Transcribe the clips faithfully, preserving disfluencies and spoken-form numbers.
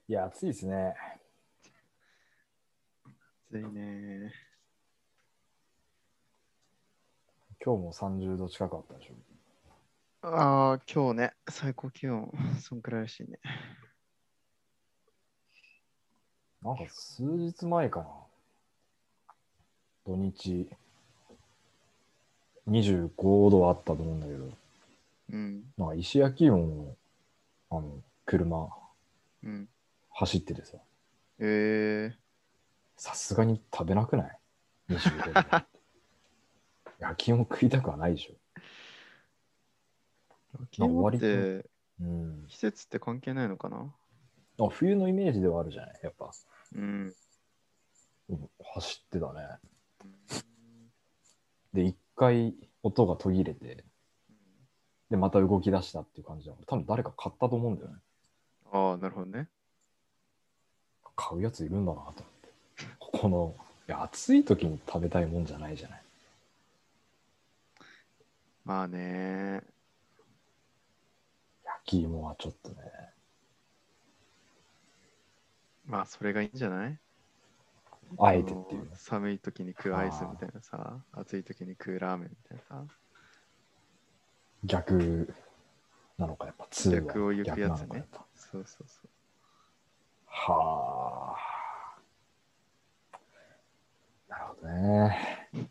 いや、暑いですね。 暑いね。 今日もさんじゅうど近くあったでしょ。 ああ、今日ね、最高気温、そんくらいらしいね。 なんか数日前かな。土日にじゅうごどあったと思うんだけど、 うん。 なんか石焼き芋の、あの、車うん。 走っててさ、 ええさすがに食べなくない？ にじゅうご 度で。焼き芋食いたくはないでしょ。 焼きなんか芋っ割と、 てうん。 季節って関係ないのかな？ あ、冬のイメージではあるじゃない、やっぱ。 うん。 うん、走ってたね。 うんで、一回音が途切れて、で、また動き出したっていう感じだから、多分誰か買ったと思うんだよね。 ああ、なるほどね。 買うやついるんだなと思って。この、いや、暑い時に食べたいもんじゃないじゃない。 まあね。 焼き芋はちょっとね。 まあ、それがいいんじゃない？ あそえてっていうね。 の、寒い時に食うアイスみああ、 たいなさ、暑い時に食うラーメンみたいなさ、 逆なのか、やっぱには逆を行く逆やつね。 なのか、やっぱ。 そうそうそはあ、なるほどね。 う。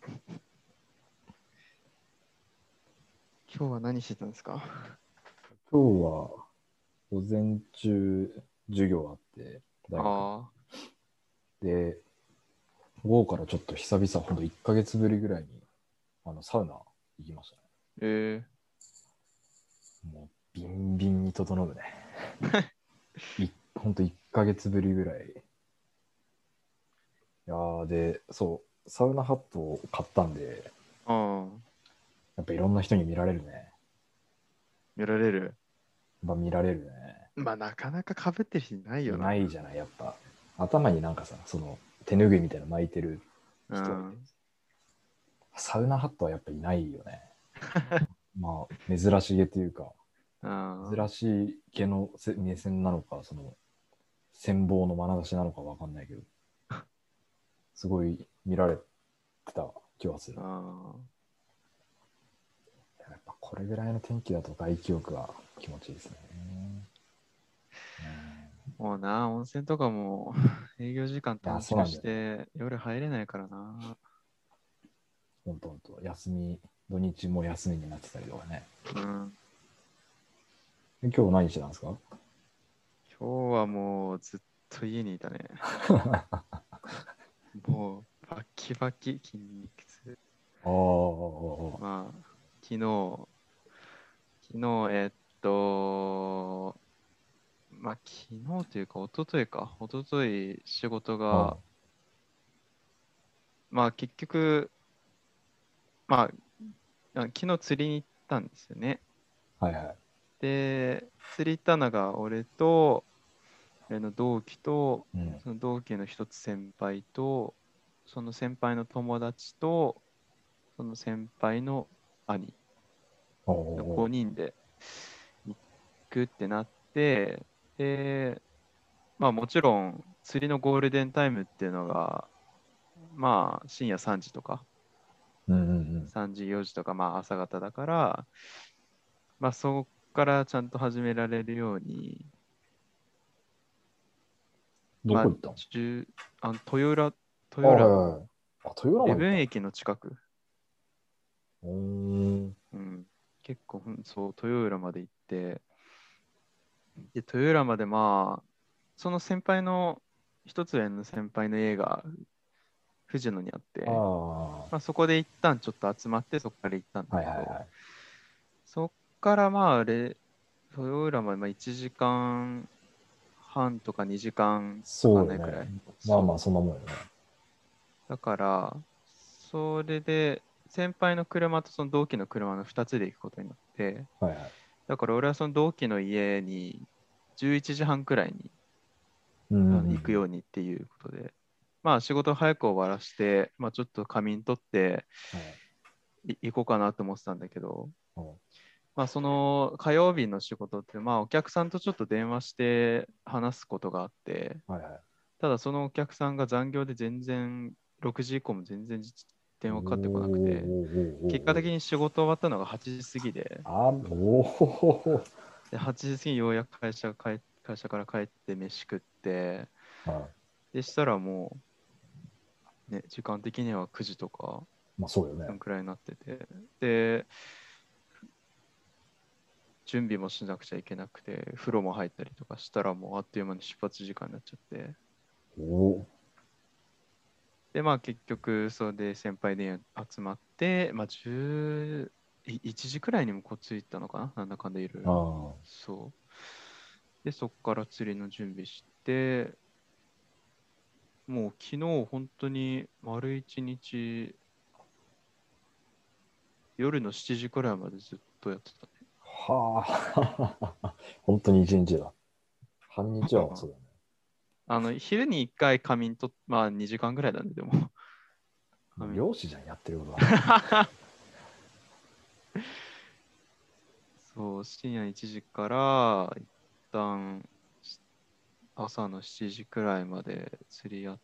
今日は何してたんですか？ 今日は午前中授業あって、大学ああ、 で、午後からちょっと久々、ほんといっかげつぶりぐらいに、あの、サウナ行きましたね。 ええもう、ビンビンに整うね。いほんといっかげつぶりぐらい。いやーで、そう、サウナハットを買ったんで、 ああ、 やっぱいろんな人に見られるね。 見られる。 やっぱ見られるね。 まあ、なかなか被ってる人いないよいな。 ないじゃない、やっぱ。頭になんかさ、その、手ぬぐいみたいなの巻いてるう人はいて。 ん。 サウナハットはやっぱいないよね。まあ、珍しげというか、 あ珍しい毛のせ目線なのか、その、羨望の眼差しなのかわかんないけど、すごい見られてた気はする。 あ、 やっぱこれぐらいの天気だと外気浴は気持ちいいですね。 もうな、温泉とかも営業時間いや、 短縮しそうなんだよね。 て夜入れないからな。 ほんとほんと。休み、土日も休みになってたりとかね。 うん。 で今日何してたんですか？ 今日はもうずっと家にいたね。もうバッキバキ筋肉痛。 ああ、 まあ、昨日、昨日、えっと、まあ、昨日というか、一昨日か。一昨日仕事ああ、 が、まあ結局、まあ、あ昨日釣りに行ったんですよね。 はいはい。 で、釣り行ったのが俺と、俺の同期と、 うん。 その同期の一つ先輩と、その先輩の友達と、その先輩の兄おのおごにんで行くってなって、で、まあもちろん釣りのゴールデンタイムっていうのが、まあ深夜さんじとか、 うんうんうん。 さんじ、よじとか、まあ朝方だから、まあそこからちゃんと始められるように、まあ、 どこ行ったの？ 十あの豊浦、 あ、 豊浦のはいはいはい。あ、豊浦まで行ったの？ 礼文駅の近く、 うーん。 うん、結構、うんそう、豊浦まで行って、で、豊浦までまあ、その先輩の、一つ上の先輩の家が藤野にあっあて、 あ、はまあ、そこで一旦ちょっと集まって、そこから行ったんいはいだけど、 はい。 そっからまあ、あれ、豊浦までまあいちじかんはんとかにじかんかかそうよね。 んないくらい。 まあまあ、 そう。 そんなもんよね。 だから、それで、先輩の車とその同期の車のふたつで行くことになって、 はいはい。 だから俺はその同期の家にじゅういちじはんくらいにうんうんうあの行くよん。 うにっていうことで、まあ仕事早く終わらして、まあちょっと仮眠取ってはい。 い行こうかなと思ってたんだけど、 うんまあ、その火曜日の仕事って、まあ、お客さんとちょっと電話して話すことがあって、 はいはい。 ただそのお客さんが残業で全然、ろくじ以降も全然電話かかってこなくおて、結果的ーに仕事終わったのがはちじ過ぎで、 あ、おお。 ではちじ過ぎにようやく会社帰会社から帰って飯食って、 はい。 でしたらもう、ね、時間的にはくじとか、 まあそうよね。 そんくらいになってて、で、準備もしなくちゃいけなくて、風呂も入ったりとかしたらもうあっという間に出発時間になっちゃって、 おお。 で、まあ結局、それで先輩で集まって、まあじゅういちじくらいにもこっち行ったのかな、なんだかんだいろいろ。 あそう。で、そこから釣りの準備して、もう昨日本当に丸一日、夜のしちじくらいまでずっとやってたね。 あ。はあ。本当に一日だ。半日はそうだね。 あの、昼にいっかい仮眠と、まあにじかんぐらいだね、でも。 もう仮眠。 漁師じゃん、やってることは。 そう、深夜いちじから一旦朝のしちじくらいまで釣りやって、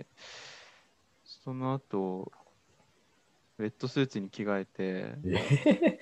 その後、ウェットスーツに着替えて、 え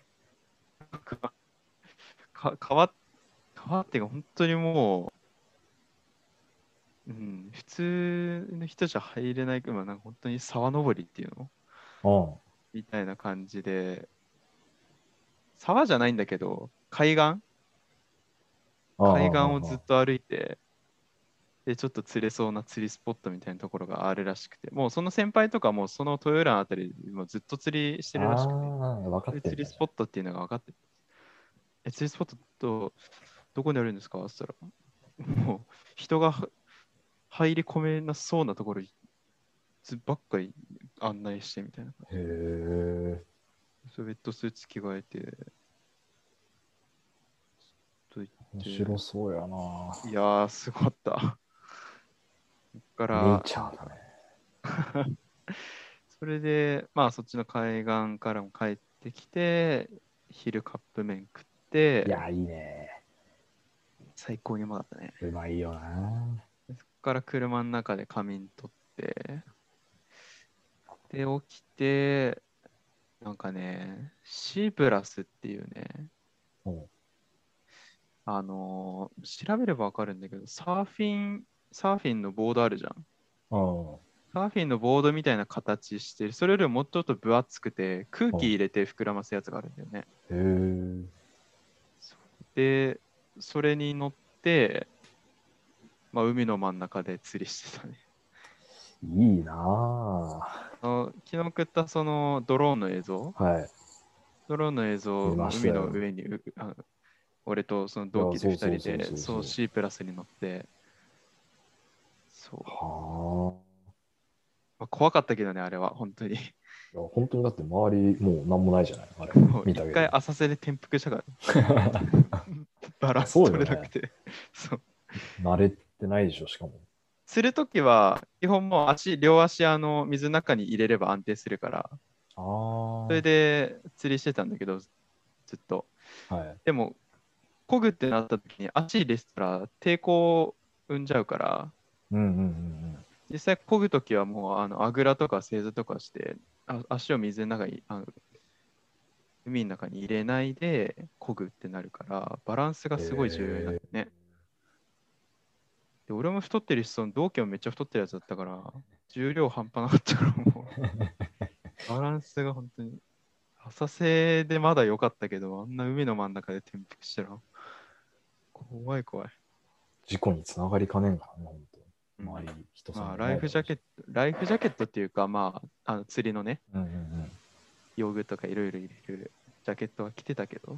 か川、川っていうか本当にもう、うん、普通の人じゃ入れない、まあ、なんか本当に沢登りっていうのうん。 みたいな感じで、沢じゃないんだけど、海岸ああ、 海岸ああ、あをずっと歩いて、で、ちょっと釣れそうな釣りスポットみたいなところがあるらしくて、もうその先輩とかもその豊浦あたりもうずっと釣りしてあ。 るらしくて、 ああ、分かでってんだじゃん。 釣りスポットっていうのが分かってる。え、釣りスポットとどこにあるんですかって言ったら、もう人がは入り込めなそうなところずばっかり案内してみたいな感へじで。 え。 それウェットスーツ着替えて、と言っ面白て、 そうやな。 いやー、すごかった。そっかネイら、 チャーだね。 それで、まあそっちの海岸からも帰ってきて、昼カップ麺食って、 いや、いいね。 最高にうまかったね。 うまいよな。 でそこから車の中で仮眠取って、で、起きて、なんかね、シープラスっていうね、 うん。 あのー調べればわかるんだけど、サーフィン、サーフィンのボードあるじゃん。 うん。 サーフィンのボードみたいな形してる。それよりももうちょっと分厚くて、空気うん。 入れて膨らますやつがあるんだよね。 へえ。 そうで、それに乗って、まあ、海の真ん中で釣りしてたね。 いいなあ。 あの昨日送ったそのドローンの映像、 はい。 ドローンの映像、 見まもう海のしたよ。 上にうあ俺とそのいや、 同期で2 そうそうそう人で、そうそうそう。 C プラスに乗って、そう、 はあ。 まあ、怖かったけどね、あれは、本当に。 いや、本当にだって周りもう何もないじゃない、あれ。 もう一見たけど。 回浅瀬で転覆したから、バランスそうよね。 取れなくて。そう。 慣れてないでしょ、しかも。 するときは、基本もう足、両足、あの、水の中に入れれば安定するから、 あそれあ。 で釣りしてたんだけど、ずっと。 はい。 でも、漕ぐってなったときに足入れてたら抵抗を生んじゃうから、 うんうんうん実際漕ぐときはもう、あの、あぐらとか正座とかして、あ足を水の中に、あの海の中に入れないで漕ぐってなるから、バランスがうん。へすごい重要になってえ。 ね。で、俺も太ってるし、その同期もめっちゃ太ってるやつだったから、重量半端なかったから、もう、バランスが本当に、浅瀬でまだ良かったけど、あんな海の真ん中で転覆したら、怖い怖い。 事故につながりかねんからね、本当。 うん、 周り、人さんまあ、 もいライないだろうし。 フジャケット、ライフジャケットっていうか、まあ、あの釣りのね、 うんうんうん。 用具とかいろいろ入れるジャケットは着てたけど、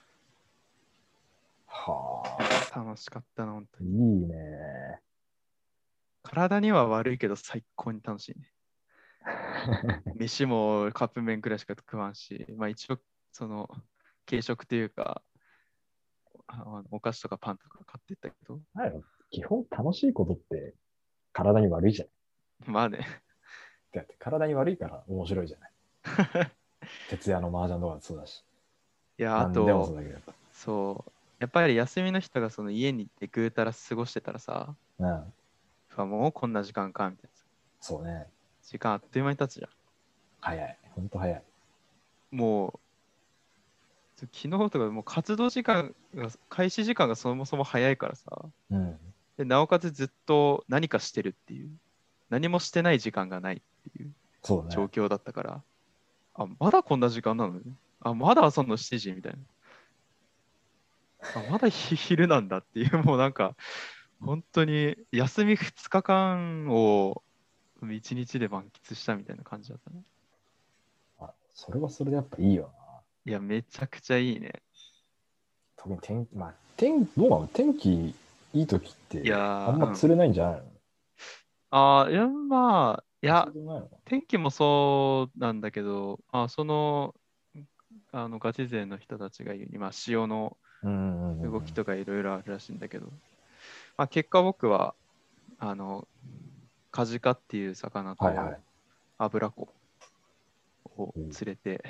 いやはあ。 ー、楽しかったな、本当いいに。 ね。 体には悪いけど、最高に楽しいね。飯もカップ麺くらいしか食わんし、まあ一応、その、軽食っていうか、あのお菓子とかパンとか買ってったけど、 なんやろ、基本楽しいことって体に悪いじゃない。 まあね、 だって体に悪いから面白いじゃない。徹夜の麻雀とかそうだし。 や、あなんでもそうと、 だけどやっぱ。 そう、やっぱり休みの人がその家に行ってぐうたら過ごしてたらさ、 うん。 うわもうこんな時間かみたいなさ。 そうね。 時間あっという間に経つじゃ早い。ほんと早い。 ん。もう、昨日とかもう活動時間が、開始時間がそもそも早いからさ、 うん。 で、なおかつずっと何かしてるっていう、何もしてない時間がないっていうそうね。 状況だったから、あ、まだこんな時間なのね。あ、まだ朝のしちじみたいな。あ、まだひ昼なんだっていう、もうなんか、本当に休みふつかかんをいちにちで満喫したみたいな感じだったね。 あ、それはそれでやっぱいいよな。 いや、めちゃくちゃいいね。 特に天気、まあ、天、どうなの天気いい時っいて、あやー、うん。 んま釣れないんじゃないの？ あー、いや、まあ、いあ、そうや、 でもないの？ 天気もそうなんだけど、あ、その、あの、ガチ勢の人たちが言うに、まあ、潮のうんうんうんうん。 動きとかいろいろあるらしいんだけど、まあ、結果僕は、あの、カジカっていう魚とはいはい。 アブラコをうん釣れて、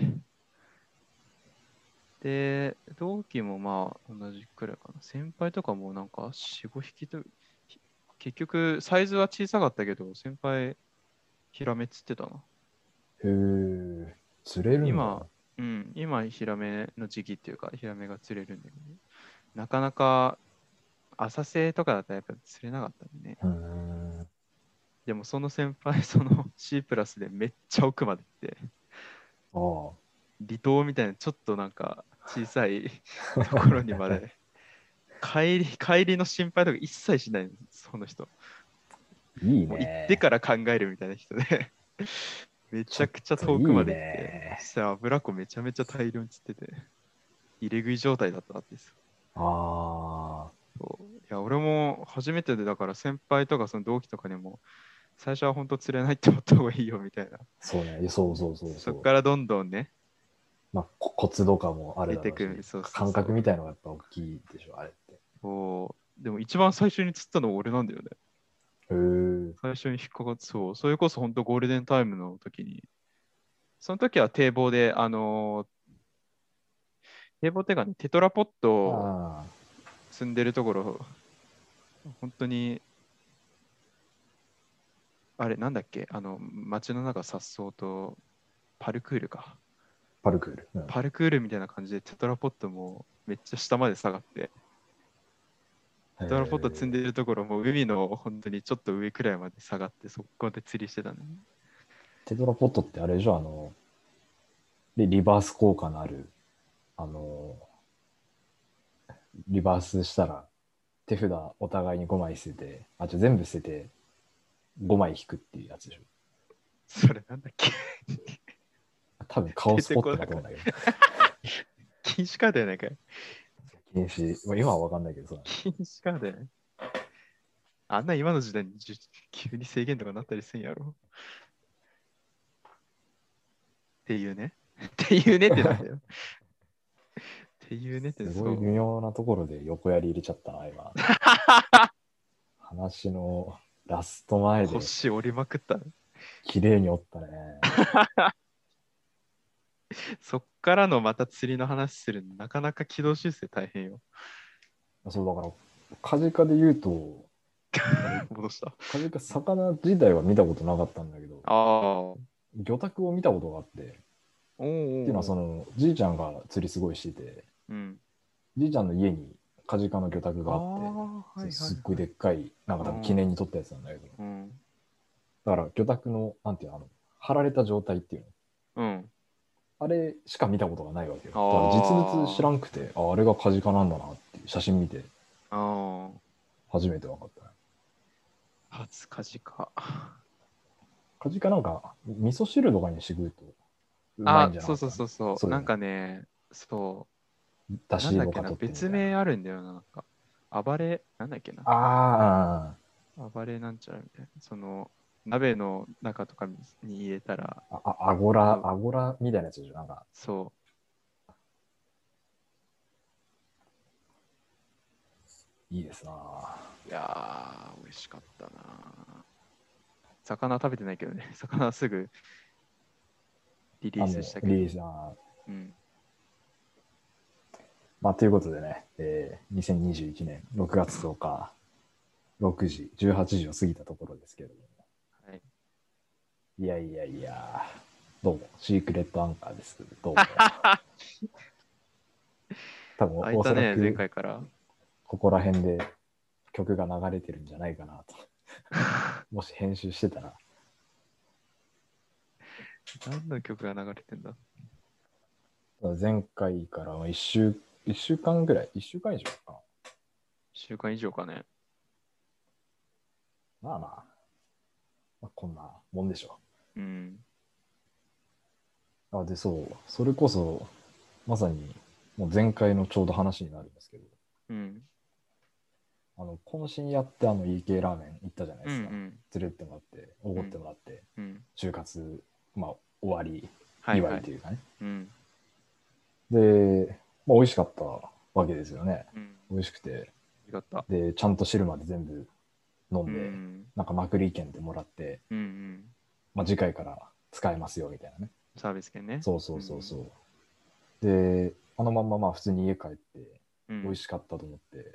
で、同期もまあ同じくらいかな。先輩とかもなんかよん、ごひきと、ひ結局サイズは小さかったけど、先輩ヒラメ釣ってたな。 へえ、釣れるんだ。 今、うん、今ヒラメの時期っていうか、ヒラメが釣れるんだけど、なかなか浅瀬とかだったらやっぱ釣れなかったね。 うーん。 でもその先輩、その C プラスでめっちゃ奥まで行って、 ああ。 離島みたいなちょっとなんか小さいところにまで帰り、帰りの心配とか一切しないの、その人。 いいもう行ってね。 から考えるみたいな人でめちちょっゃくちゃといい遠くまで行って、そね。 したら油子めちゃめちゃ大量に釣ってて、入れ食い状態だったんですよ。 ああ。 そういや、俺も初めてで、だから先輩とかその同期とかにも、最初は本当釣れないって思った方がいいよみたいな。 そうね。そうそうそうそう。 そっからどんどんね、 まあ、こコツとかもあるだろうし、 出てくる。そうそう感そう。 覚みたいのがやっぱ大きいでしょ、あれって。 そう、でも一番最初に釣ったのは俺なんだよね。 へえ。 最初に引っかかって、そう、それこそ本当ゴールデンタイムの時に、その時は堤防で、あのー堤防っていうかね、テトラポットをあ積んでるところ、本当に、あれ、なんだっけ、あの、街の中さっそうと、パルクールか。 パルクール。うん。 パルクールみたいな感じでテトラポットもめっちゃ下まで下がって、 へテトラポット積んでえ。 るところも海の本当にちょっと上くらいまで下がって、そこで釣りしてたね。 テトラポットってあれでしょ、あの、で、リバース効果のある、あの、リバースしたら、手札お互いにごまい捨てて、あ、じゃ全部捨ててごまい引くっていうやつでしょ。 それなんだっけ。 多分カオ出スポッてこなかった。 トだと思うんだけど。 禁止カードやないかい。 禁止。まあ、今はわかんないけどさ。 禁止カードやない。あんな今の時代にじゅ急に制限とかなったりせんやろ。っていうね。っていうねってなんだよ。っていうねってすごい微そう。 妙なところで横やり入れちゃったな、今。話のラスト前で腰折りまくったね。 綺麗に折ったね。 そっからのまた釣りの話するのなかなか軌道修正大変よ。 そうだから、カジカで言うと、俺、 戻した。 カジカ魚自体は見たことなかったんだけど、 ああ。お魚拓を見たことがあって、 おっていうのはそー。 の、じいちゃんが釣りすごいしてて、 うん。 じいちゃんの家にカジカの魚拓あがあって、 あ、はいはいすっごいはい。 でっかい、なんか多分記念うん。 に撮ったやつなんだけど、 うん。 だから魚拓の、なんていうの、あの、貼られた状態っていうの、 うん。 あれしか見たことがないわけよ。 あだから実物知らあ。 んくて、あ、あれがカジカなんだなっていう写真見てああ。 初めて分かったね。 初カジか。 カジカなんか味噌汁とかにしてくるとうまいんあ、 じゃなかった？ そうそうそうそう。なんそうよね。 かね、そう。なんだしだっけな。 とか取ってみたいな。 別名あるんだよな。なんか、暴れ、なんだっけな。 あ暴れなんちゃらみたいな。その、鍋の中とかに入れたら、 あ、あ、アゴラ、 そう、 アゴラみたいなやつでしょ。なんか、 そいいですな。 う。いやー、美味しかったな。魚食べてないけどね。魚はすぐリリあ、 ースもう、 したけど。 リリースな。 うん。 まあ、ということでね、えー、にせんにじゅういちねんろくがつとおか、ろくじ、じゅうはちじを過ぎたところですけれども。 はい。 いやいやいや、どうも、シークレットアンカーです。どうも。多分、おそら開いたね、前く、 回から。 ここら辺で曲が流れてるんじゃないかなと。もし編集してたら。 何の曲が流れてんだ？ 前回から1週、一週間ぐらい、いっしゅうかん以上かな。 いっしゅうかん以上かね。 まあまあ、まあ、こんなもんでしょうん。 う。あ、で、そう、それこそ、まさに、もう前回のちょうど話になるんですけど、 うん。 あの、懇親やってあの イーケー ラーメン行ったじゃないですか。 うんうん連れてってもらって、おごってもらって、 うん。 就活、まあ、終わり、祝はいはい。 いというかね。 うん。 で、まあ、美味しかったわけですよね。 うん。 美味しくて。 よかった。 で、ちゃんと汁まで全部飲うんで、 ん。 なんかまくり券でもらって、 うんうん。 まあ、次回から使えますよみたいなね。 サービス券ね。 そうそうそうそう。で、あのまんままあ普通に家帰ってうん。 美味しかったと思って、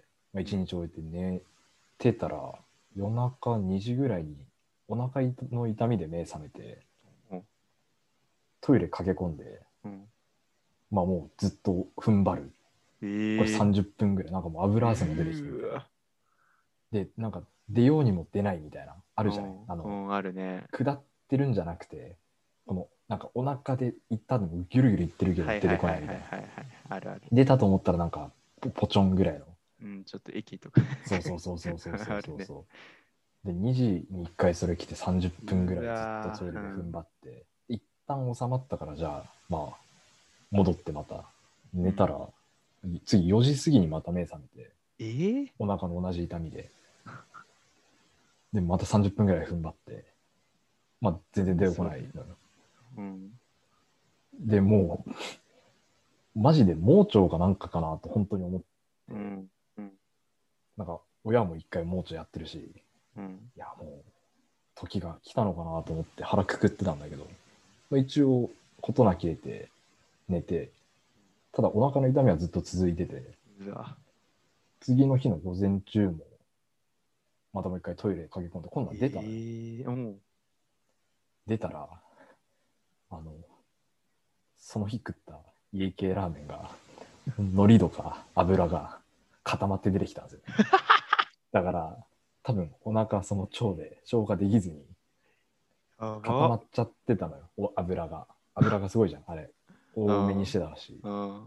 まあ、 うん一日置いて寝てたら、夜中にじぐらいにお腹の痛みで目覚めて、 おトイレ駆け込んで、 うん。 まあもうずっと踏ん張る。これええさんじゅっぷんぐらい、なんかもう油汗も出てきてみたいな。 うーわ。 で、なんか出ようにも出ないみたいな、あるじゃない。あの、 うん。うん、あるね。 下ってるんじゃなくて、この、なんかお腹で行ったのギュルギュルいってるけど出てはいはいはいこないみたいな。 はいはいはい。あるある。 出たと思ったらなんかポポチョンぐらいの。 うん、ちょっと駅とか。 そうそうそうそうそうそうあるね。 そうそう。で、にじにいっかいそれ来てさんじゅっぷんぐうらいずっとわトイレで踏んー、 張って、一旦収まったからじゃあ、まあ、戻ってまた寝たら、次よじ過ぎにまた目覚めて、 えー、 お腹の同じ痛みで、で、またさんじゅっぷんぐらい踏ん張って、まあ全然出てこないのよ。 うん。 で、もう、マジで盲腸かなんかかなと本当に思って、 うん。うん。 なんか親も一回盲腸やってるし、 うん。 いやもう時が来たのかなと思って腹くくってたんだけど、まあ、一応事なき得て寝て、ただお腹の痛みはずっと続いてて、 うわ。 次の日の午前中もまたもう一回トイレ駆け込んで、今度は出たのよ。 ええー、も出たら、あの、その日食った家系ラーメンが、海苔とか油が固まって出てきたんですよ。だから、多分お腹その腸で消化できずにう、や固まば。 っちゃってたのよ、お油が。油がすごいじゃん、あれ。多めにしてたし。 うん。うん。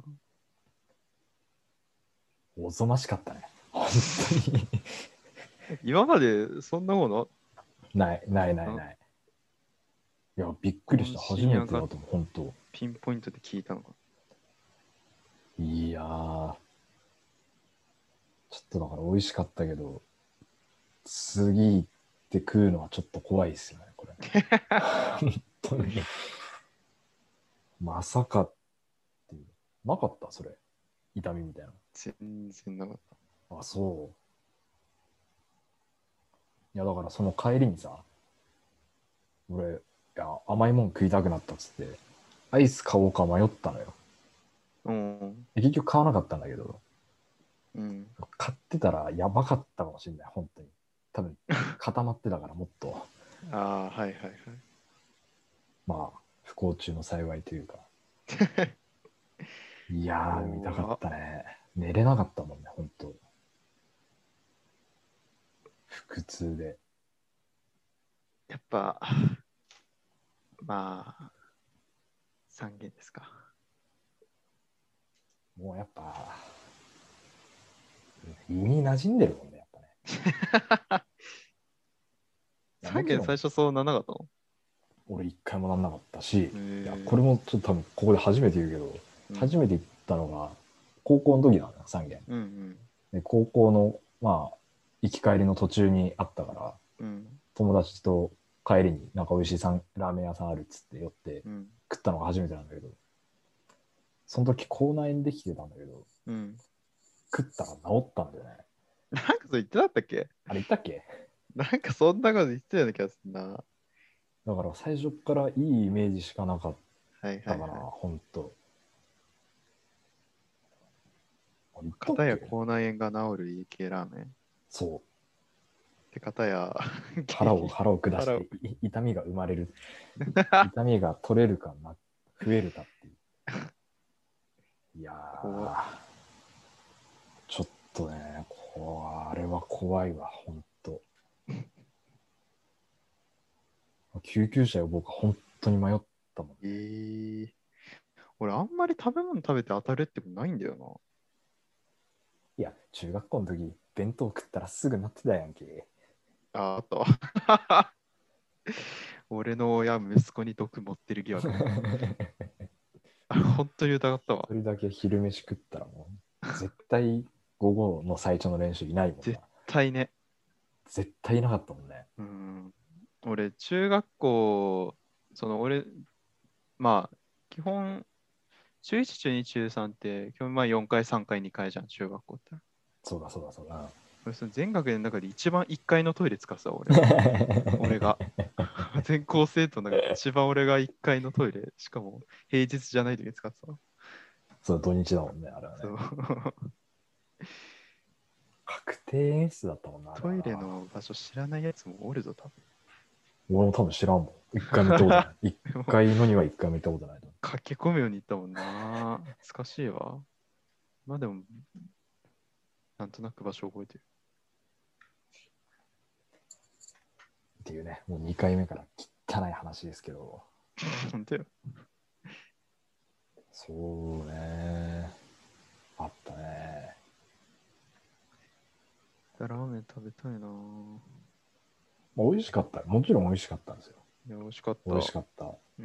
おぞましかったね。本当に。 今までそんなものない、ない、ない、 なない。いや、びっくりした。初懇親がめてだと思う、本当。 ピンポイントで聞いたのか。 いやー、ちょっとだから美味しかったけど、次行って食うのはちょっと怖いですよね、これ。本当に。まさかっていう。なかったそれ。痛みみたい全然なかっな。あ、そう。いや、だからその帰りにさ、俺、いや、甘いもん食いたくなったっつって、アイス買おうか迷ったのよ。 た。うん。 結局買わなかったんだけど、 うん。 買ってたらやばかったかもしれない、本当に。多分、固まってたからもっと、 ああ、はいはいはい。 まあ、不幸中の幸いというか。いやー、見たか怖っ。 ったね。寝れなかったもんね、本当。腹痛で。 やっぱ、まあ、三軒ですか。 もうやっぱ、胃に馴染んでるもんね、やっぱね。いやも三軒ちろん、 最初そうなんなかったの？ 俺一回もなんなかったし、 へーいや、これもちょっと多分ここで初めて言うけど、 うん初めて行ったのが高校の時なのよ、さん軒。 うんで、高校の、まあ、行き帰りの途中にあったから、 うんうん友達と帰りになんか美味しいさんラーメン屋さんあるっつって寄ってうん食ったのが初めてなんだけど、その時口内炎できてたんだけど、 うん。 食ったら治ったんだよね。 なんかそう言ってたったっけ？ あれ言ったっけ？ なんかそんなこと言ってたような気がするな。はだから最初からいいイメージしかなかっいはいはい。 たかな、ほんと。 言ったっ片やけ？ 口内炎が治る家系ラーメン。 そう。 で、片や腹を、腹を下し腹をてい痛みが生まれる。痛みが取れるかな、増えるかっていう。いやこー、ちょっとね、こあれは怖いわ、ほんと。救急車を僕は本当に迷ったもん。 う、えー、俺あんまり食べ物食べて当たるってことないんだよな。 いや、中学校の時、弁当食ったらすぐなってたやんけ。 あ、あったわ。俺の親、息子に毒持ってる疑惑ね。あ、本当に疑ったわ。 それだけ昼飯食ったらもう、絶対午後の最初の練習いないもんな。 絶対ね。 絶対いなかったもんね。 うん。俺、中学校、その俺、まあ、基本、中いち、中に、中さんって、基本まあよんかい、さんかい、にかいじゃん、中学校って。 そうだそうだそうだ。 俺その全学年の中で一番いっかいのトイレ使ってた、俺は。俺が。全校生徒の中で一番俺がいっかいのトイレ、しかも平日じゃない時に使ってた。 そう、土日だもんね、あれはそう。 ね。確定演出だったもんな、あれはな。 トイレの場所知らないやつもおるぞ、多俺も多分知らんもん。一回も行ったことない。一分。 回のには一回も行ったことないと思駆け込むように行ったもんな。懐かしいわ。まあでも、なんとなく場所覚えてる。 う。っていうね、もうにかいめから汚い話ですけど。 本当よ。 そうね。あったね。 ラーメン食べたいな。 まあ、美味しかった。もちろん美味しかったんですよ。 いや、美味しかった。 美味しかった。 うん。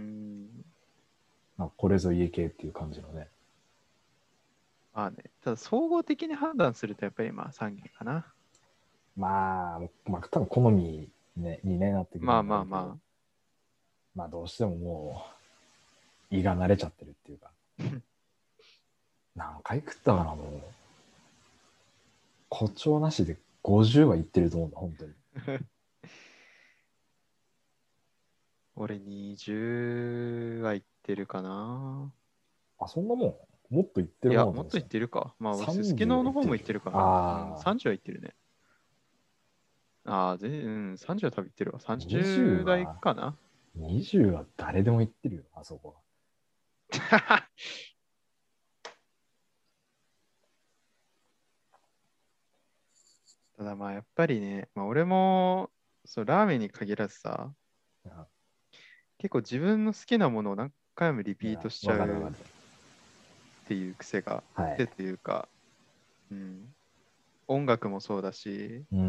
まあ、これぞ家系っていう感じのね。 まあね、ただ総合的に判断するとやっぱりまあさん軒かな。 まあ、まあ、多分好み、ね、に、ね、なってくるんだまあろうけどまあままあ、どうしてももう、胃が慣れちゃってるっていうか。 あ。 何回食ったかな、もう。誇張なしでごじゅうはいってると思うんだ、本当に。 俺にじゅうは行ってるかな。 あ、そんなもんもっといってるいや、 もんなんですよ。 もっと行ってるか。まあ、俺、 さんじゅうすすきのの方も行ってるからな。うん、 ああ、 さんじゅうは行ってるね。ああ、全然、うん、さんじゅうは多分行ってるわ。 にじゅうさんじゅう代は、 かな。 にじゅうは誰でも言ってるよ、あそこは。 ただまあ、やっぱりね、まあ、俺も、そう、ラーメンに限らずさ、結構自分の好きなものを何回もリピートしちゃうわかるわかる。 っていう癖が、 はい。 癖というか、うん、音楽もそうだし、 うん。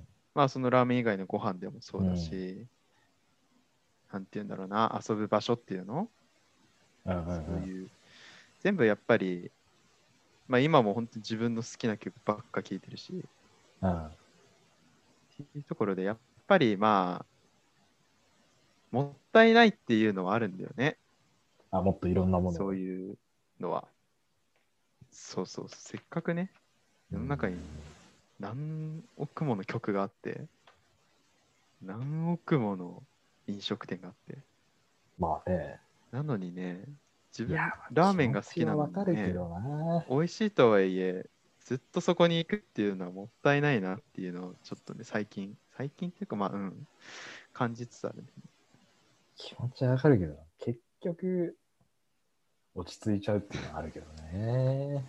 まあそのラーメン以外のご飯でもそうだうん。 し、なんて言うんだろうな、遊ぶ場所っていうのうんうんうん。 そういう、全部やっぱり、まあ今も本当に自分の好きな曲ばっか聴いてるし、 うん。 っていうところで、やっぱりまあ、もったいないっていうのはあるんだよね。 あ、もっといろんなものを。 そういうのは。そうそう、せっかくね、世の中に何億もの曲があって、何億もの飲食店があって、 まあね。 なのにね、自いや、 分、 まあラーメン気持が好きなのちはわかにね、 るけどな。 美味しいとはいえ、ずっとそこに行くっていうのはもったいないなっていうのをちょっとね、最近、最近っていうかまあ、うん、感じつつあるね。 気持ちはわかるけど、結局、落ち着いちゃうっていうのはあるけどね。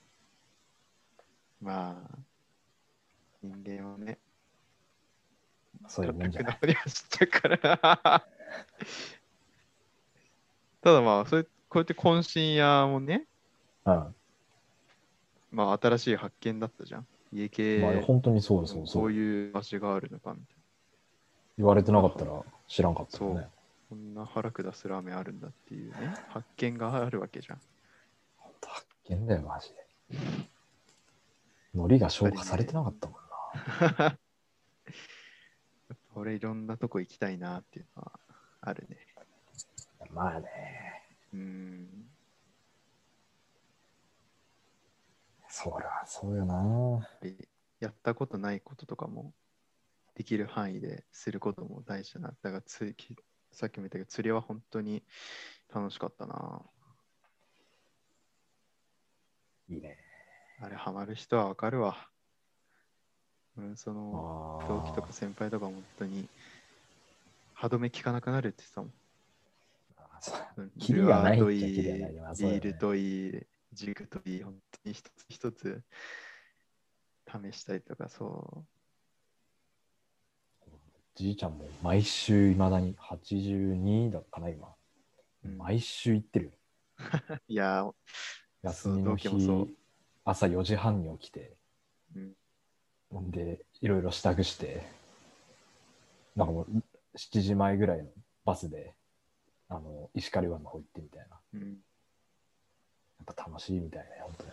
まあ、人間はね、 そういうもんじゃない。 楽な方に走っちゃうからただまあ、そういうこうやって懇親屋もね、 うん。 まあ、新しい発見だったじゃん。家まあ、 系本当にそうのそうそう。 こういう場所があるのかみたい言われてなかな。 ったら知らんかったもんそう。 ね。 こんな腹下すラーメンあるんだっていうね、発見があるわけじゃん。 本当発見だよ、マジで。海苔が消化されやっぱりね、 てなかったもんやっぱ俺いろんなとこ行きたいなっていうのはあるね。 な。まあね。 うん。 そりゃそうよな。 でやったことないこととかもできる範囲ですることも大事だな。だからつきさっきも言ったけど、釣りは本当に楽しかったな。 いいね。 あれ、ハマる人はわかるわ。うん、その、同期とかあ先輩とか本当に歯止め効かなくなるって言ってたもん。 あ、そううん、 キリがルアーとないっちゃキリがいい、 ない。まあそうリールよね。 といい、ジグといい、本当に一つ一つ試したりとか、そじいちゃんも毎週いまだにはちじゅうにだかな、今。 う。うん、 毎週行ってるよ。 いやー、そう、 休みの同期もそ日、朝よじはんに起きて、 う。うん、 ほんで、いろいろ支度して、なんかもうしちじまえぐらいのバスで、あの、石狩湾の方行ってみたいな。やうん、 っぱ楽しいみたいね、本当に。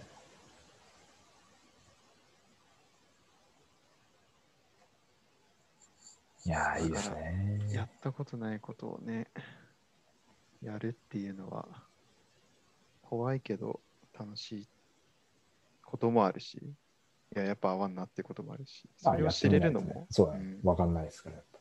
いやー、いいですだから、やね。 ったことないことをね、やるっていうのは、怖いけど楽しいこともあるし、いや、やっぱ合わんなってこともあるし、 まあ、やってそれを知みないとね。 れるのも、 そうだね。 うん、 わかんないですから、やっ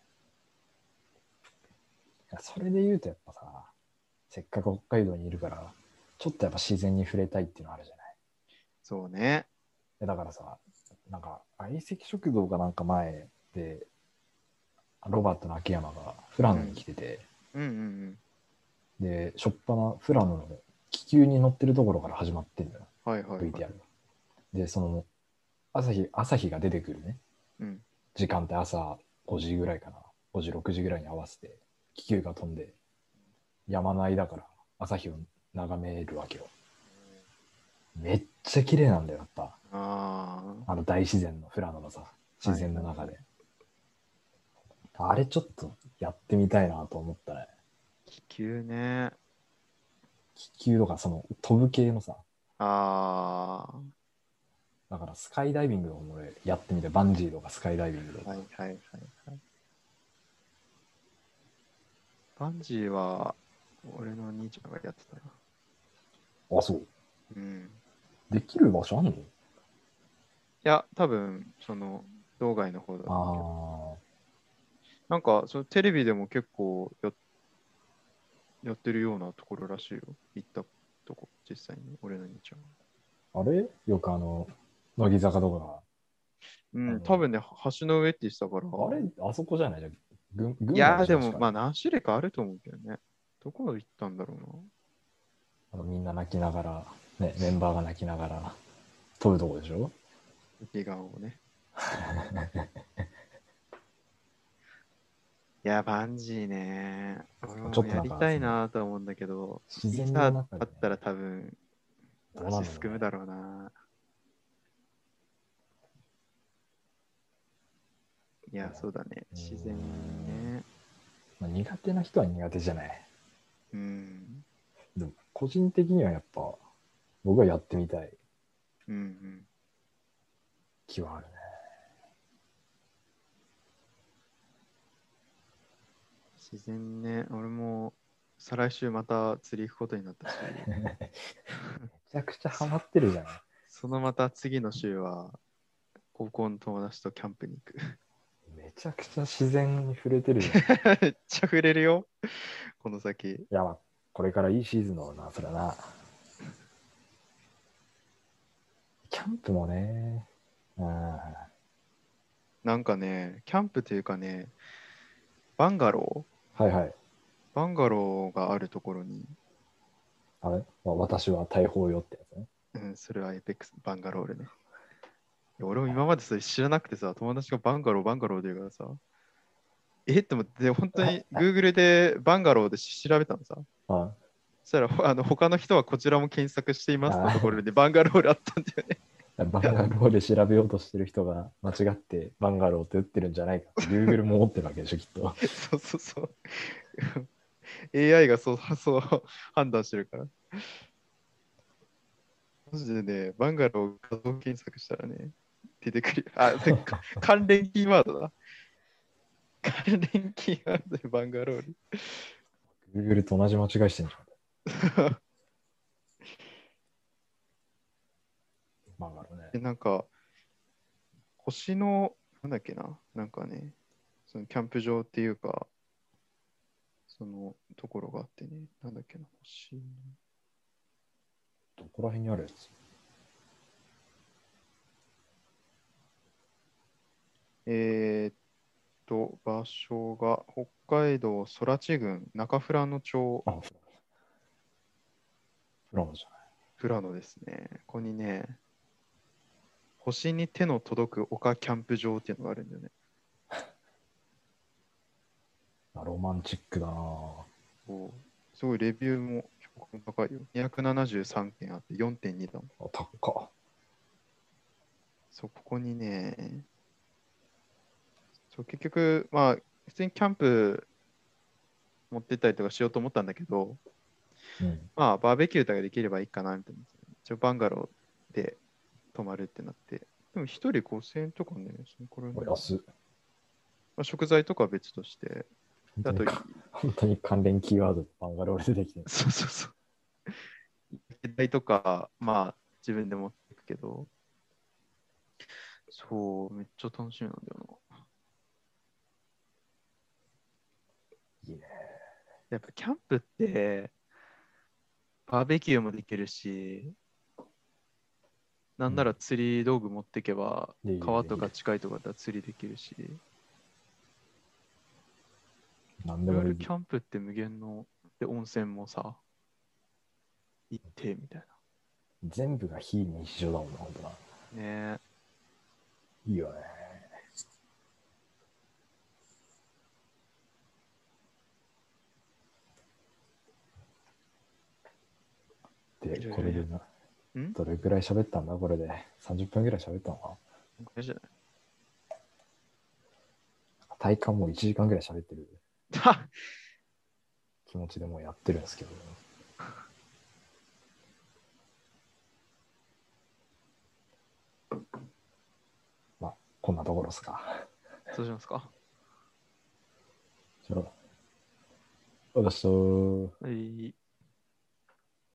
ぱ。それで言うとやっぱさ、せっかく北海道にいるから、ちょっとやっぱ自然に触れたいっていうのあるじゃない。 そうね。 えだからさ、なんか相席食堂がなんか前で、ロバートの秋山が富良野にうん、 来てて、 うん、うん、 で、しょっぱな富良野の気球に乗ってるところから始まってんだよ、 うん。はいはいはい。 ブイティーアール が。で、その、朝日、朝日が出てくるね、 うん、 時間って朝ごじぐらいかな。ごじ、ろくじぐらいに合わせて、気球が飛んで、山の間から朝日を眺めるわけよ。めっちゃ綺麗なんだよ、やっぱ。 ああの大自然の富良野のさ、 あ、 自はいはいはい。 然の中で。あれちょっとやってみたいなと思ったね。 気球ね。 気球とかその飛ぶ系のさ、 あだからスカイダイビングを俺やってみて、バンジーとかスカイダイビングとあ、はか。 いはいはいはい。バンジーは、俺の兄ちゃんがやってたな。 あ、そう。 うん。 できる場所あんの？ いや、多分、その、道外の方だと思うけど。 あなんか、そのテレビでも結構や、やってるようなところらしいよ。行ったとこ、実際に、俺の兄ちゃんは。 あ、あれよくあの、乃木坂とか、 うん、多あの、 分ね、橋の上って言ってたから。 あれあそこじゃないじゃん。群群馬いやー、でも、 でしょ確かに。 まあ、何種類かあると思うけどね。どこまで行ったんだろうな。 あのみんな泣きながら、ね、メンバーが泣きながら飛ぶとこでしょ？ 笑顔をね。いや、バンジーね。俺ちょもっとなんか、 やりたいその、 なとは思うんだけど、 自然のいざだ中でね、 ったら多分、 どうな足んだろうね。 すくむだろうな。いや、 いや、 そうだね。 うー自然ん、 ね。 まあ、苦手な人は苦手じゃない。 うん。 でも、個人的にはやっぱ、僕はやってみたいうんうん。 気はあるね。 自然ね。俺も、再来週また釣り行くことになったし、 めちゃくちゃハそマってるじゃない。 そのまた次の週は、高校の友達とキャンプに行く。 めちゃくちゃ自然に触れてるじゃん。いめっちゃ触れるよ、この先。 や、まあ、これからいいシーズンだろうな、それはな。キャンプもね、うん、はなんかね、キャンプというかね、バンガロいはい。 ーバンガローがあるところに、 あれ、まあ、私は大砲よってやつね。 うん、それはエイペックス、バンガロールね。いや俺も今までそれ知らなくてさ、友達がバンガロー、バンガローで言うからさ、えって思って、本当に Google でバンガローで調べたのさ。 あそしたら、ほあの他の人はこちらも検索していますのところあでバンガロールあったんだよね。 バンガローで調べようとしてる人が間違ってバンガローって打ってるんじゃないかって Google も思ってるわけでしょ、きっと。 そうそうそう。エーアイ がそう、そう判断してるから。マジでね、バンガロー画像検索したらね、出てくる。あ、でか関連キーワードだ。関連キーワードでバンガロール。 Google と同じ間違いしてんじゃん。バンガローね。 で、なんか、星の、なんだっけな、なんかね、そのキャンプ場っていうか、そのところがあってね、なんだっけな、星の、 どこら辺にあるやつ？ えーっと、場所が北海道空知郡中富良野町あ、フラフラノじゃない。 富良野ですね。ここにね、星に手の届く丘キャンプ場っていうのがあるんだよね。 ロマンチックだなぁ。 こうすごいレビューも評価も高いよ。にひゃくななじゅうさんけんあって よんてんにだもん。 あ、高っ。 そう、ここにね、そう結局、まあ、普通にキャンプ持ってったりとかしようと思ったんだけど、 うん。 まあ、バーベキューとかできればいいかなみたいな。一応、バンガローで泊まるってなって。でも、一人ごせんえんとかね、そのくらいなんだ。 安っ。 まあ、食材とかは別として。であと、 本当にか、本当に関連キーワードバンガロールでできてる。 そうそうそう。携帯とか、まあ、自分で持っていくけど、そう、めっちゃ楽しみなんだよな。 いいね。 やっぱキャンプって、バーベキューもできるし、なんなら釣り道具持ってけば、 できる川とかできる。 近いとこだったら釣りできるし、いろい何でもできる。 ろキャンプって無限の、で、温泉もさ、行ってみたい全部が非日常だもんな、本当な。 な。ねいいよね。 え、 で、 いろいろや。 これでな、 んどれくらい喋ったんだこれで。さんじゅっぷんぐらい喋ったのかこれじゃないな。体感もういちじかんぐらい喋ってるは気持ちでもうやってるんですけど、まあ、こんなところですか。 そうしますか。 じゃあ、私と、 はい。